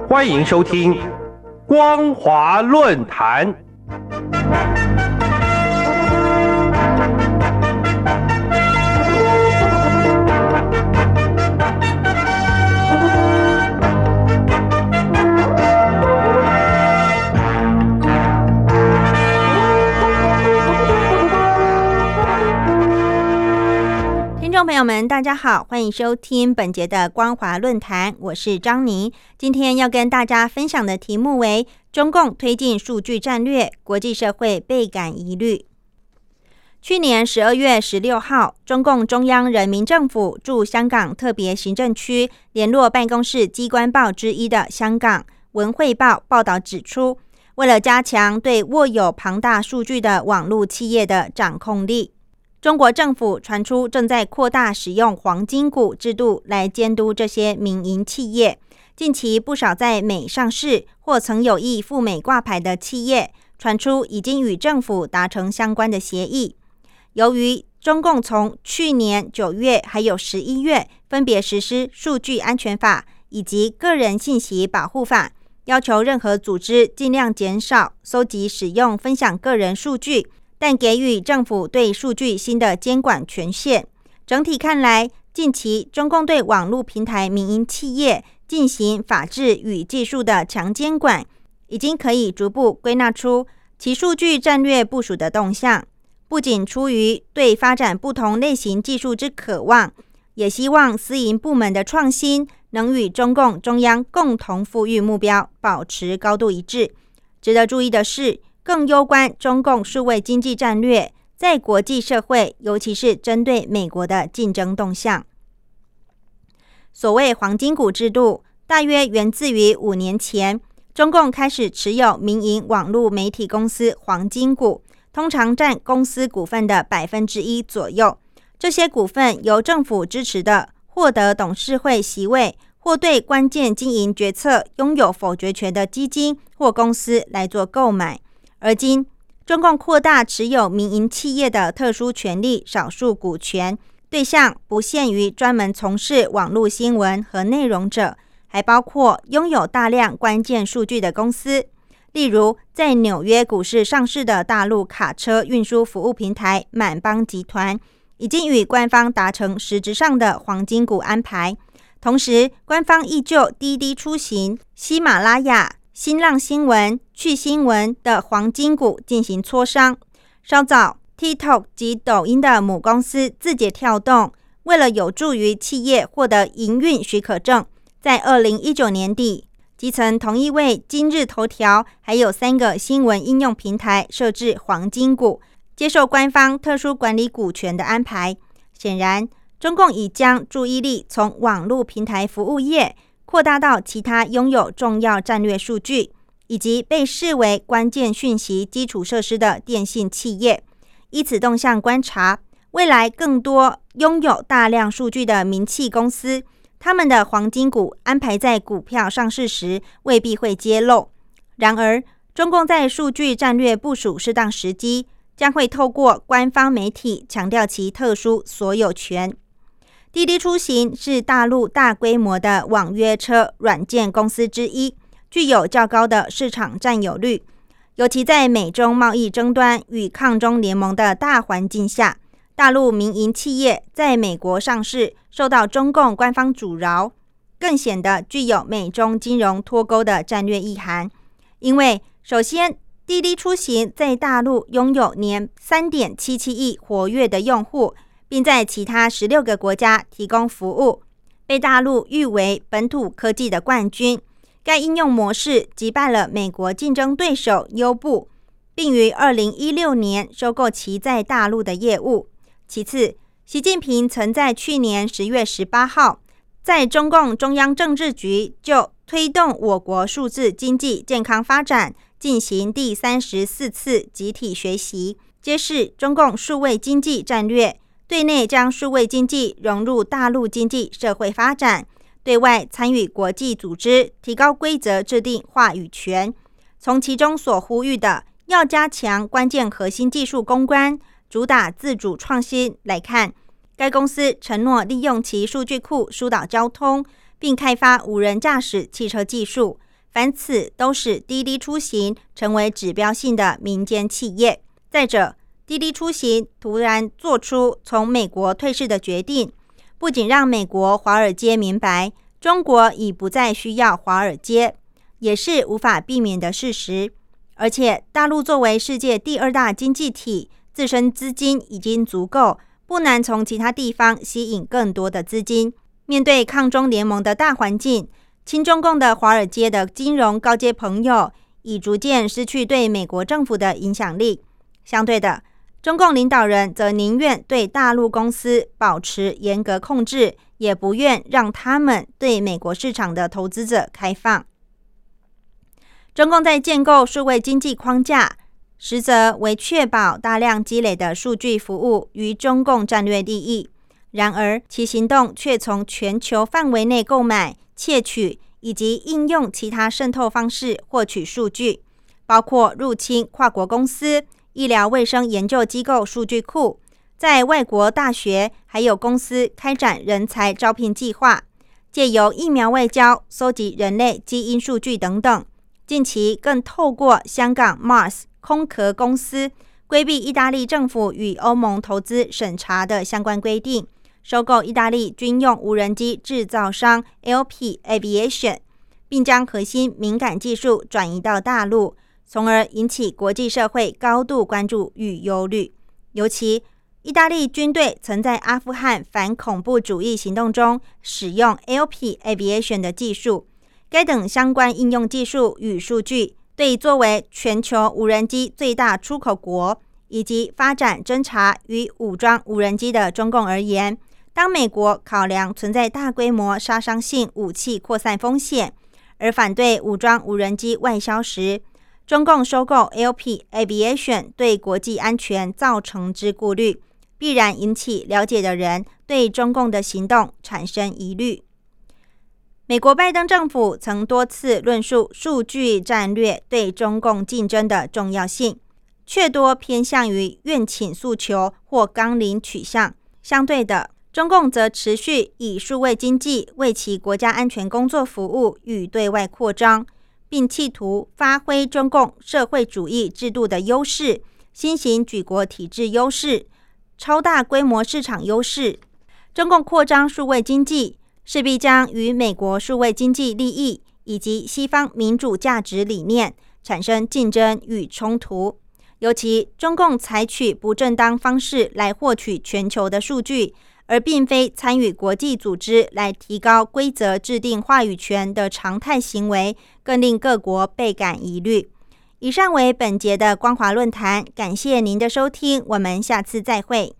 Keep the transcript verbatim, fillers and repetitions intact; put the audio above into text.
欢迎收听光华论坛。 听众朋友们大家好，欢迎收听本节的光华论坛，我是张妮。今天要跟大家分享的题目为中共推进数据战略，国际社会倍感疑虑。去年十二月十六号，中共中央人民政府驻香港特别行政区联络办公室机关报之一的香港文汇报报道指出，为了加强对握有庞大数据的网络企业的掌控力，中国政府传出正在扩大使用黄金股制度来监督这些民营企业。近期不少在美上市或曾有意赴美挂牌的企业，传出已经与政府达成相关的协议。由于中共从去年九月还有十一月分别实施数据安全法以及个人信息保护法，要求任何组织尽量减少搜集、使用、分享个人数据，但给予政府对数据新的监管权限。整体看来，近期中共对网络平台民营企业进行法治与技术的强监管，已经可以逐步归纳出其数据战略部署的动向。不仅出于对发展不同类型技术之渴望，也希望私营部门的创新能与中共中央共同富裕目标保持高度一致。值得注意的是，更攸关中共数位经济战略在国际社会，尤其是针对美国的竞争动向。所谓黄金股制度，大约源自于五年前，中共开始持有民营网络媒体公司黄金股，通常占公司股份的百分之一左右。这些股份由政府支持的获得董事会席位或对关键经营决策拥有否决权的基金或公司来做购买。而今，中共扩大持有民营企业的特殊权利少数股权，对象不限于专门从事网络新闻和内容者，还包括拥有大量关键数据的公司。例如，在纽约股市上市的大陆卡车运输服务平台满帮集团，已经与官方达成实质上的黄金股安排。同时，官方依旧滴滴出行、喜马拉雅、新浪新闻、趣新闻的黄金股进行磋商。稍早 TikTok 及抖音的母公司字节跳动，为了有助于企业获得营运许可证，在二零一九年底即曾同意为今日头条还有三个新闻应用平台设置黄金股，接受官方特殊管理股权的安排。显然，中共已将注意力从网络平台服务业扩大到其他拥有重要战略数据以及被视为关键讯息基础设施的电信企业。依此动向观察，未来更多拥有大量数据的民企公司，他们的黄金股安排在股票上市时未必会揭露。然而，中共在数据战略部署适当时机，将会透过官方媒体强调其特殊所有权。滴滴出行是大陆大规模的网约车软件公司之一，具有较高的市场占有率。尤其在美中贸易争端与抗中联盟的大环境下，大陆民营企业在美国上市受到中共官方阻挠，更显得具有美中金融脱钩的战略意涵。因为首先，滴滴出行在大陆拥有年 三点七七亿活跃的用户，并在其他十六个国家提供服务，被大陆誉为本土科技的冠军。该应用模式击败了美国竞争对手优步，并于二零一六年收购其在大陆的业务。其次，习近平曾在去年十月十八号在中共中央政治局就推动我国数字经济健康发展进行第三十四次集体学习，揭示中共数位经济战略，对内将数位经济融入大陆经济社会发展，对外参与国际组织，提高规则制定话语权。从其中所呼吁的要加强关键核心技术攻关，主打自主创新来看，该公司承诺利用其数据库疏导交通，并开发无人驾驶汽车技术， 凡此都使滴滴出行成为指标性的民间企业。再者，滴滴出行突然做出从美国退市的决定，不仅让美国华尔街明白中国已不再需要华尔街，也是无法避免的事实。而且大陆作为世界第二大经济体，自身资金已经足够，不难从其他地方吸引更多的资金。面对抗中联盟的大环境，亲中共的华尔街的金融高阶朋友已逐渐失去对美国政府的影响力。相对的，中共领导人则宁愿对大陆公司保持严格控制，也不愿让他们对美国市场的投资者开放。中共在建构数位经济框架，实则为确保大量积累的数据服务于中共战略利益。然而，其行动却从全球范围内购买、窃取以及应用其他渗透方式获取数据，包括入侵跨国公司、医疗卫生研究机构数据库，在外国大学还有公司开展人才招聘计划，借由疫苗外交搜集人类基因数据等等。近期更透过香港 Mars 空壳公司规避意大利政府与欧盟投资审查的相关规定，收购意大利军用无人机制造商 L P Aviation， 并将核心敏感技术转移到大陆，从而引起国际社会高度关注与忧虑。尤其意大利军队曾在阿富汗反恐怖主义行动中使用 L P Aviation 的技术，该等相关应用技术与数据对作为全球无人机最大出口国以及发展侦察与武装无人机的中共而言，当美国考量存在大规模杀伤性武器扩散风险，而反对武装无人机外销时，中共收购 L P Aviation 对国际安全造成之顾虑，必然引起了解的人对中共的行动产生疑虑。美国拜登政府曾多次论述数据战略对中共竞争的重要性，却多偏向于愿景诉求或纲领取向。相对的，中共则持续以数位经济为其国家安全工作服务与对外扩张，并企图发挥中共社会主义制度的优势、新型举国体制优势、超大规模市场优势。中共扩张数位经济，势必将与美国数位经济利益以及西方民主价值理念产生竞争与冲突。尤其中共采取不正当方式来获取全球的数据，而并非参与国际组织来提高规则制定话语权的常态行为，更令各国倍感疑虑。以上为本节的光华论坛，感谢您的收听，我们下次再会。